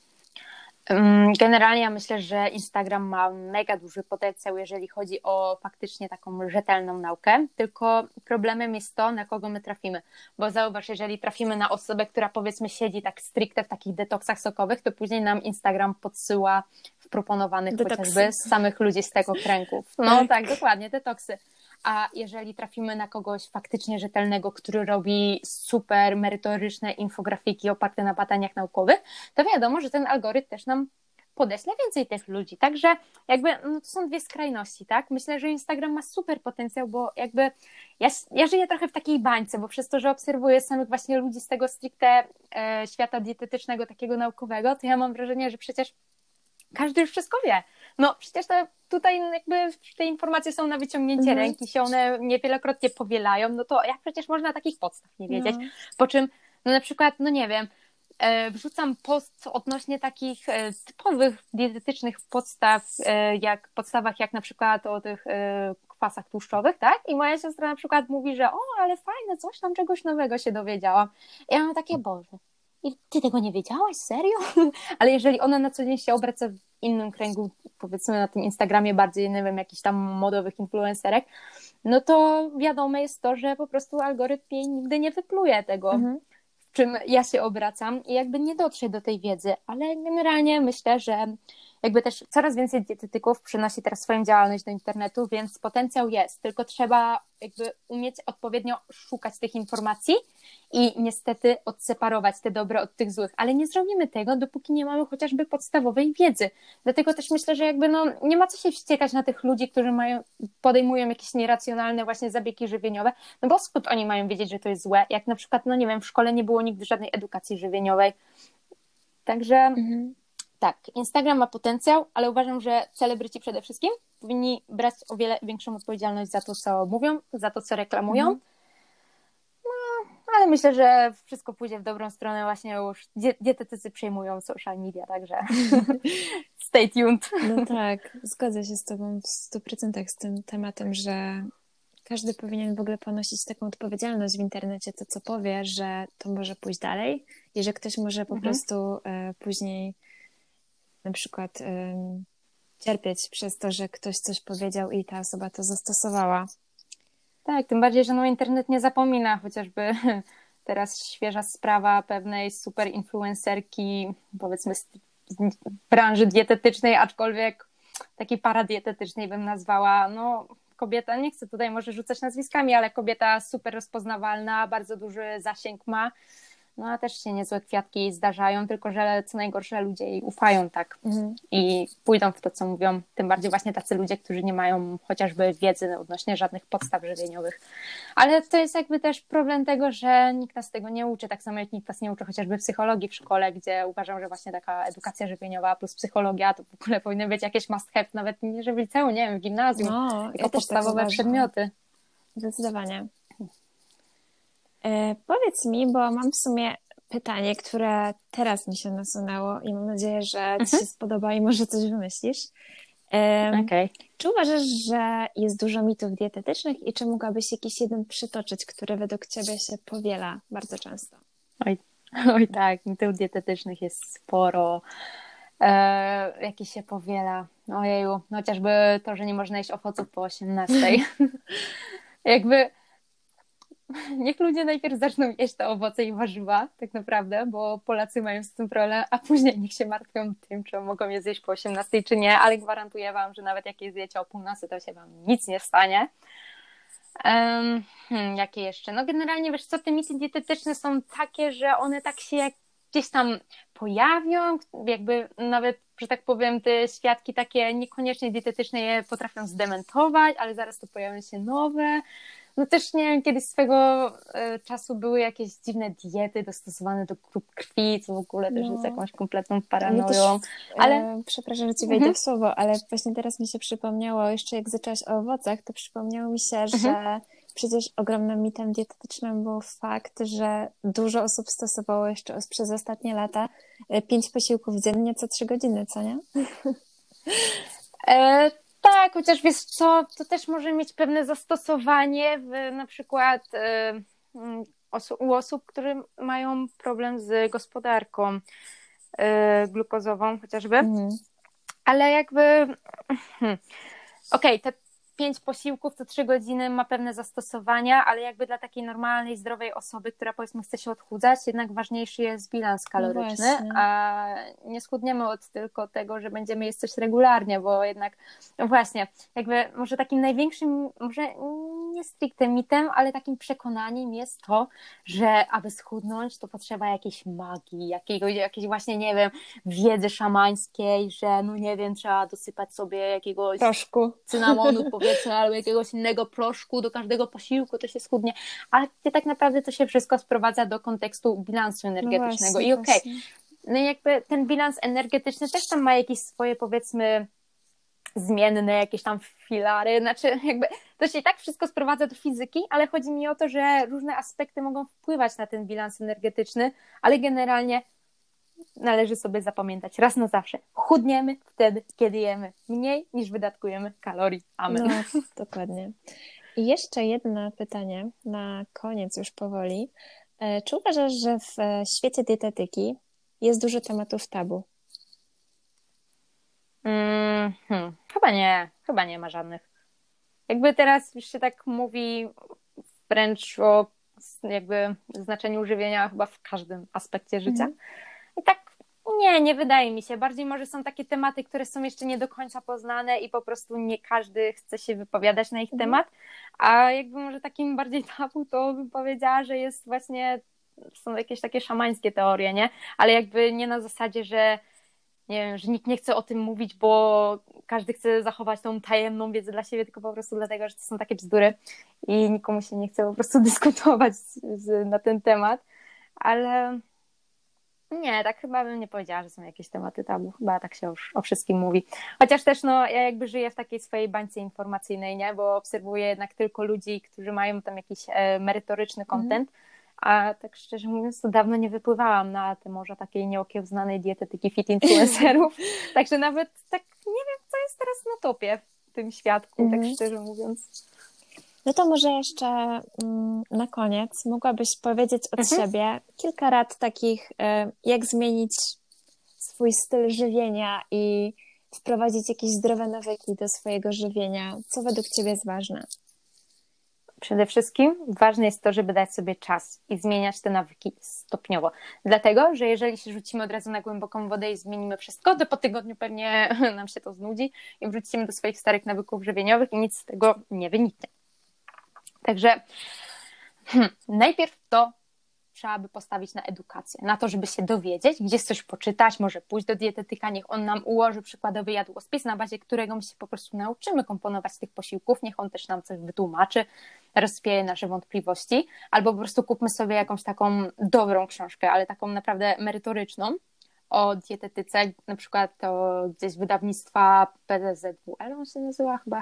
Generalnie ja myślę, że Instagram ma mega duży potencjał, jeżeli chodzi o faktycznie taką rzetelną naukę, tylko problemem jest to, na kogo my trafimy, bo zauważ, jeżeli trafimy na osobę, która powiedzmy siedzi tak stricte w takich detoksach sokowych, to później nam Instagram podsyła proponowanych chociażby z samych ludzi z tego kręgu. No tak, dokładnie, detoksy. A jeżeli trafimy na kogoś faktycznie rzetelnego, który robi super merytoryczne infografiki oparte na badaniach naukowych, to wiadomo, że ten algorytm też nam podeśle więcej tych ludzi. Także jakby no to są dwie skrajności, tak? Myślę, że Instagram ma super potencjał, bo jakby ja żyję trochę w takiej bańce, bo przez to, że obserwuję samych właśnie ludzi z tego stricte świata dietetycznego, takiego naukowego, to ja mam wrażenie, że przecież każdy już wszystko wie. No przecież to tutaj jakby te informacje są na wyciągnięcie ręki, się one niewielokrotnie powielają, no to jak przecież można takich podstaw nie wiedzieć? Po czym, no na przykład, no nie wiem, wrzucam post odnośnie takich typowych dietetycznych podstawach jak na przykład o tych kwasach tłuszczowych, tak? I moja siostra na przykład mówi, że o, ale fajne, coś tam, czegoś nowego się dowiedziałam. I ja mam takie, Boże, i ty tego nie wiedziałaś? Serio? Ale jeżeli ona na co dzień się obraca w innym kręgu, powiedzmy na tym Instagramie bardziej, nie wiem, jakichś tam modowych influencerek, no to wiadome jest to, że po prostu algorytm jej nigdy nie wypluje tego, w czym ja się obracam i jakby nie dotrze do tej wiedzy, ale generalnie myślę, że jakby też coraz więcej dietetyków przynosi teraz swoją działalność do internetu, więc potencjał jest, tylko trzeba jakby umieć odpowiednio szukać tych informacji i niestety odseparować te dobre od tych złych, ale nie zrobimy tego, dopóki nie mamy chociażby podstawowej wiedzy. Dlatego też myślę, że jakby no nie ma co się wściekać na tych ludzi, którzy podejmują jakieś nieracjonalne właśnie zabiegi żywieniowe, no bo skąd oni mają wiedzieć, że to jest złe, jak na przykład, no nie wiem, w szkole nie było nigdy żadnej edukacji żywieniowej. Także tak, Instagram ma potencjał, ale uważam, że celebryci przede wszystkim powinni brać o wiele większą odpowiedzialność za to, co mówią, za to, co reklamują. No, ale myślę, że wszystko pójdzie w dobrą stronę, właśnie już dietetycy przejmują social media, także stay tuned. No tak, zgodzę się z Tobą w 100% z tym tematem, że każdy powinien w ogóle ponosić taką odpowiedzialność w internecie, to co powie, że to może pójść dalej i że ktoś może po prostu później na przykład cierpieć przez to, że ktoś coś powiedział i ta osoba to zastosowała. Tak, tym bardziej, że no internet nie zapomina, chociażby teraz świeża sprawa pewnej super influencerki, powiedzmy branży dietetycznej, aczkolwiek takiej paradietetycznej bym nazwała. No, kobieta, nie chcę tutaj może rzucać nazwiskami, ale kobieta super rozpoznawalna, bardzo duży zasięg ma. No a też się niezłe kwiatki jej zdarzają, tylko że co najgorsze ludzie jej ufają tak i pójdą w to, co mówią. Tym bardziej właśnie tacy ludzie, którzy nie mają chociażby wiedzy odnośnie żadnych podstaw żywieniowych. Ale to jest jakby też problem tego, że nikt nas tego nie uczy, tak samo jak nikt nas nie uczy chociażby psychologii w szkole, gdzie uważam, że właśnie taka edukacja żywieniowa plus psychologia to w ogóle powinny być jakieś must have, nawet nie że w liceum, nie wiem, w gimnazjum, jako podstawowe przedmioty. Zdecydowanie. Powiedz mi, bo mam w sumie pytanie, które teraz mi się nasunęło i mam nadzieję, że Ci się spodoba i może coś wymyślisz. Okay. Czy uważasz, że jest dużo mitów dietetycznych i czy mogłabyś jakiś jeden przytoczyć, który według Ciebie się powiela bardzo często? Oj tak, mitów dietetycznych jest sporo. Jaki się powiela? Ojeju, chociażby to, że nie można jeść owoców po 18. Jakby niech ludzie najpierw zaczną jeść te owoce i warzywa, tak naprawdę, bo Polacy mają z tym problem, a później niech się martwią tym, czy mogą je zjeść po 18 czy nie, ale gwarantuję Wam, że nawet jak je zjecie o północy, to się Wam nic nie stanie. Jakie jeszcze? No generalnie, wiesz co, te mity dietetyczne są takie, że one tak się jak gdzieś tam pojawią, jakby nawet, że tak powiem, te świadki takie niekoniecznie dietetyczne je potrafią zdementować, ale zaraz to pojawią się nowe. No też nie wiem, kiedyś swego czasu były jakieś dziwne diety dostosowane do grup krwi, co w ogóle też jest jakąś kompletną paranoją. Ale przepraszam, że Ci wejdę w słowo, ale właśnie teraz mi się przypomniało, jeszcze jak zaczęłaś o owocach, to przypomniało mi się, że przecież ogromnym mitem dietetycznym był fakt, że dużo osób stosowało jeszcze przez ostatnie lata 5 posiłków dziennie co 3 godziny, co nie? Tak, chociaż wiesz co, to też może mieć pewne zastosowanie na przykład u osób, które mają problem z gospodarką glukozową chociażby, ale jakby okej, te 5 posiłków to 3 godziny ma pewne zastosowania, ale jakby dla takiej normalnej, zdrowej osoby, która powiedzmy chce się odchudzać, jednak ważniejszy jest bilans kaloryczny, a nie schudniemy od tylko tego, że będziemy jeść coś regularnie, bo jednak, no właśnie, jakby może takim największym, może nie stricte mitem, ale takim przekonaniem jest to, że aby schudnąć, to potrzeba jakiejś magii, jakiejś właśnie, nie wiem, wiedzy szamańskiej, że no nie wiem, trzeba dosypać sobie jakiegoś proszku, cynamonu powiedzmy, albo jakiegoś innego proszku do każdego posiłku, to się schudnie, ale tak naprawdę to się wszystko sprowadza do kontekstu bilansu energetycznego. No właśnie, i no jakby ten bilans energetyczny też tam ma jakieś swoje, powiedzmy, zmienne, jakieś tam filary, znaczy jakby to się i tak wszystko sprowadza do fizyki, ale chodzi mi o to, że różne aspekty mogą wpływać na ten bilans energetyczny, ale generalnie należy sobie zapamiętać raz na zawsze. Chudniemy wtedy, kiedy jemy mniej niż wydatkujemy kalorii. Amen. No, dokładnie. I jeszcze jedno pytanie na koniec już powoli. Czy uważasz, że w świecie dietetyki jest dużo tematów tabu? Chyba nie ma żadnych. Jakby teraz już się tak mówi wręcz o jakby znaczeniu żywienia chyba w każdym aspekcie życia. I tak nie wydaje mi się. Bardziej może są takie tematy, które są jeszcze nie do końca poznane i po prostu nie każdy chce się wypowiadać na ich temat, a jakby może takim bardziej tabu to bym powiedziała, że jest właśnie, są jakieś takie szamańskie teorie, nie? Ale jakby nie na zasadzie, że nie wiem, że nikt nie chce o tym mówić, bo każdy chce zachować tą tajemną wiedzę dla siebie, tylko po prostu dlatego, że to są takie bzdury i nikomu się nie chce po prostu dyskutować na ten temat, ale nie, tak chyba bym nie powiedziała, że są jakieś tematy tabu, chyba tak się już o wszystkim mówi, chociaż też no ja jakby żyję w takiej swojej bańce informacyjnej, nie, bo obserwuję jednak tylko ludzi, którzy mają tam jakiś merytoryczny content, a tak szczerze mówiąc, to dawno nie wypływałam na te morza takiej nieokiełznanej dietetyki fit influencerów. Także nawet tak nie wiem, co jest teraz na topie w tym świadku, tak szczerze mówiąc. No to może jeszcze na koniec mogłabyś powiedzieć od siebie kilka rad takich, jak zmienić swój styl żywienia i wprowadzić jakieś zdrowe nawyki do swojego żywienia. Co według Ciebie jest ważne? Przede wszystkim ważne jest to, żeby dać sobie czas i zmieniać te nawyki stopniowo. Dlatego, że jeżeli się rzucimy od razu na głęboką wodę i zmienimy wszystko, to po tygodniu pewnie nam się to znudzi i wrócimy do swoich starych nawyków żywieniowych i nic z tego nie wyniknie. Także najpierw to trzeba by postawić na edukację, na to, żeby się dowiedzieć, gdzieś coś poczytać, może pójść do dietetyka, niech on nam ułoży przykładowy jadłospis, na bazie którego my się po prostu nauczymy komponować tych posiłków, niech on też nam coś wytłumaczy, rozwieje nasze wątpliwości, albo po prostu kupmy sobie jakąś taką dobrą książkę, ale taką naprawdę merytoryczną o dietetyce, na przykład to gdzieś wydawnictwa PZWL, on się nazywa chyba,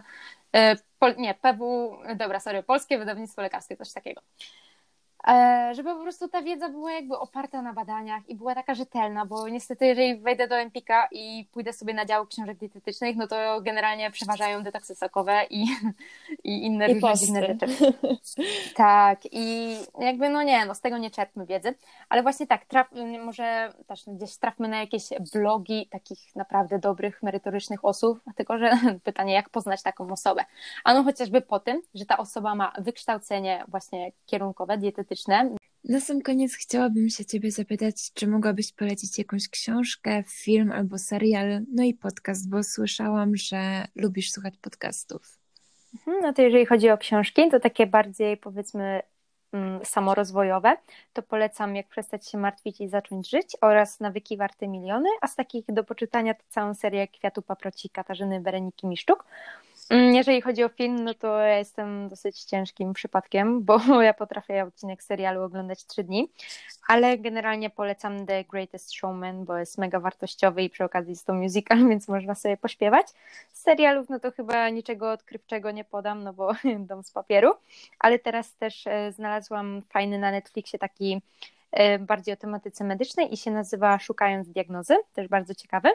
Polskie Wydawnictwo Lekarskie, coś takiego. Żeby po prostu ta wiedza była jakby oparta na badaniach i była taka rzetelna, bo niestety jeżeli wejdę do Empika i pójdę sobie na dział książek dietetycznych, no to generalnie przeważają detoksy sokowe i inne różne dziwne rzeczy. Tak, i jakby z tego nie czerpmy wiedzy, ale właśnie tak, może też gdzieś trafmy na jakieś blogi takich naprawdę dobrych, merytorycznych osób, tylko że pytanie, jak poznać taką osobę? Ano chociażby po tym, że ta osoba ma wykształcenie właśnie kierunkowe, dietetyczne. Na sam koniec chciałabym się Ciebie zapytać, czy mogłabyś polecić jakąś książkę, film albo serial, no i podcast, bo słyszałam, że lubisz słuchać podcastów. No to jeżeli chodzi o książki, to takie bardziej powiedzmy samorozwojowe, to polecam Jak przestać się martwić i zacząć żyć oraz Nawyki warte miliony, a z takich do poczytania to całą serię Kwiatu paproci Katarzyny Bereniki Miszczuk. Jeżeli chodzi o film, no to ja jestem dosyć ciężkim przypadkiem, bo ja potrafię odcinek serialu oglądać 3 dni, ale generalnie polecam The Greatest Showman, bo jest mega wartościowy i przy okazji jest to musical, więc można sobie pośpiewać. Z serialów no to chyba niczego odkrywczego nie podam, no bo dom z papieru, ale teraz też znalazłam fajny na Netflixie taki bardziej o tematyce medycznej i się nazywa Szukając diagnozy, też bardzo ciekawy.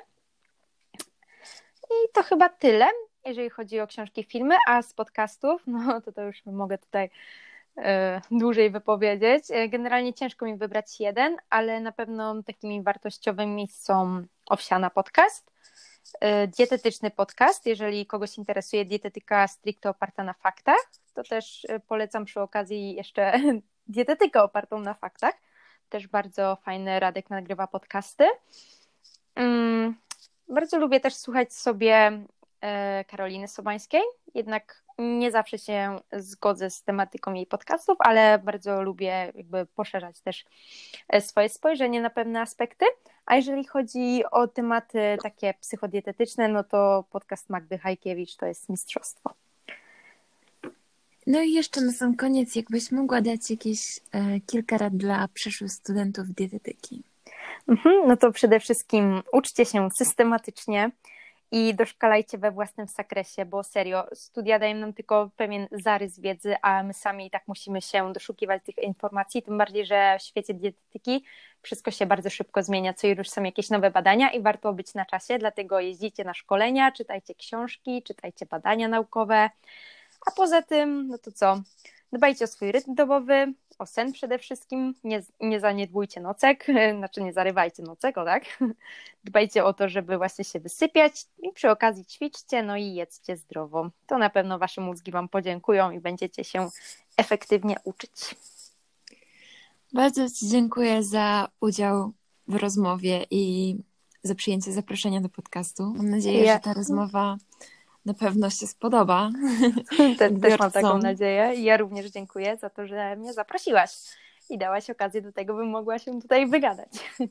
I to chyba tyle, jeżeli chodzi o książki, filmy, a z podcastów, no to już mogę tutaj dłużej wypowiedzieć. Generalnie ciężko mi wybrać jeden, ale na pewno takimi wartościowymi są Owsiana podcast, dietetyczny podcast, jeżeli kogoś interesuje dietetyka stricte oparta na faktach, to też polecam przy okazji jeszcze dietetykę opartą na faktach, też bardzo fajny, Radek nagrywa podcasty. Bardzo lubię też słuchać sobie Karoliny Sobańskiej, jednak nie zawsze się zgodzę z tematyką jej podcastów, ale bardzo lubię jakby poszerzać też swoje spojrzenie na pewne aspekty, a jeżeli chodzi o tematy takie psychodietetyczne, no to podcast Magdy Hajkiewicz to jest mistrzostwo. No i jeszcze na sam koniec, jakbyś mogła dać jakieś kilka rad dla przyszłych studentów dietetyki. No to przede wszystkim uczcie się systematycznie i doszkalajcie we własnym zakresie, bo serio, studia dają nam tylko pewien zarys wiedzy, a my sami i tak musimy się doszukiwać tych informacji, tym bardziej, że w świecie dietetyki wszystko się bardzo szybko zmienia, co już są jakieś nowe badania i warto być na czasie, dlatego jeździcie na szkolenia, czytajcie książki, czytajcie badania naukowe, a poza tym, no to co? Dbajcie o swój rytm dobowy, o sen przede wszystkim, nie zaniedbujcie nocek, znaczy nie zarywajcie nocek, o tak? Dbajcie o to, żeby właśnie się wysypiać i przy okazji ćwiczcie, no i jedzcie zdrowo. To na pewno wasze mózgi wam podziękują i będziecie się efektywnie uczyć. Bardzo Ci dziękuję za udział w rozmowie i za przyjęcie zaproszenia do podcastu. Mam nadzieję, że ta rozmowa na pewno się spodoba. Też mam taką nadzieję. I ja również dziękuję za to, że mnie zaprosiłaś i dałaś okazję do tego, bym mogła się tutaj wygadać.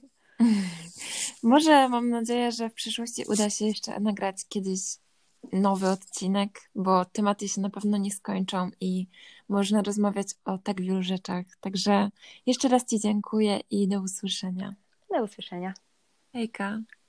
Może mam nadzieję, że w przyszłości uda się jeszcze nagrać kiedyś nowy odcinek, bo tematy się na pewno nie skończą i można rozmawiać o tak wielu rzeczach. Także jeszcze raz Ci dziękuję i do usłyszenia. Do usłyszenia. Hejka.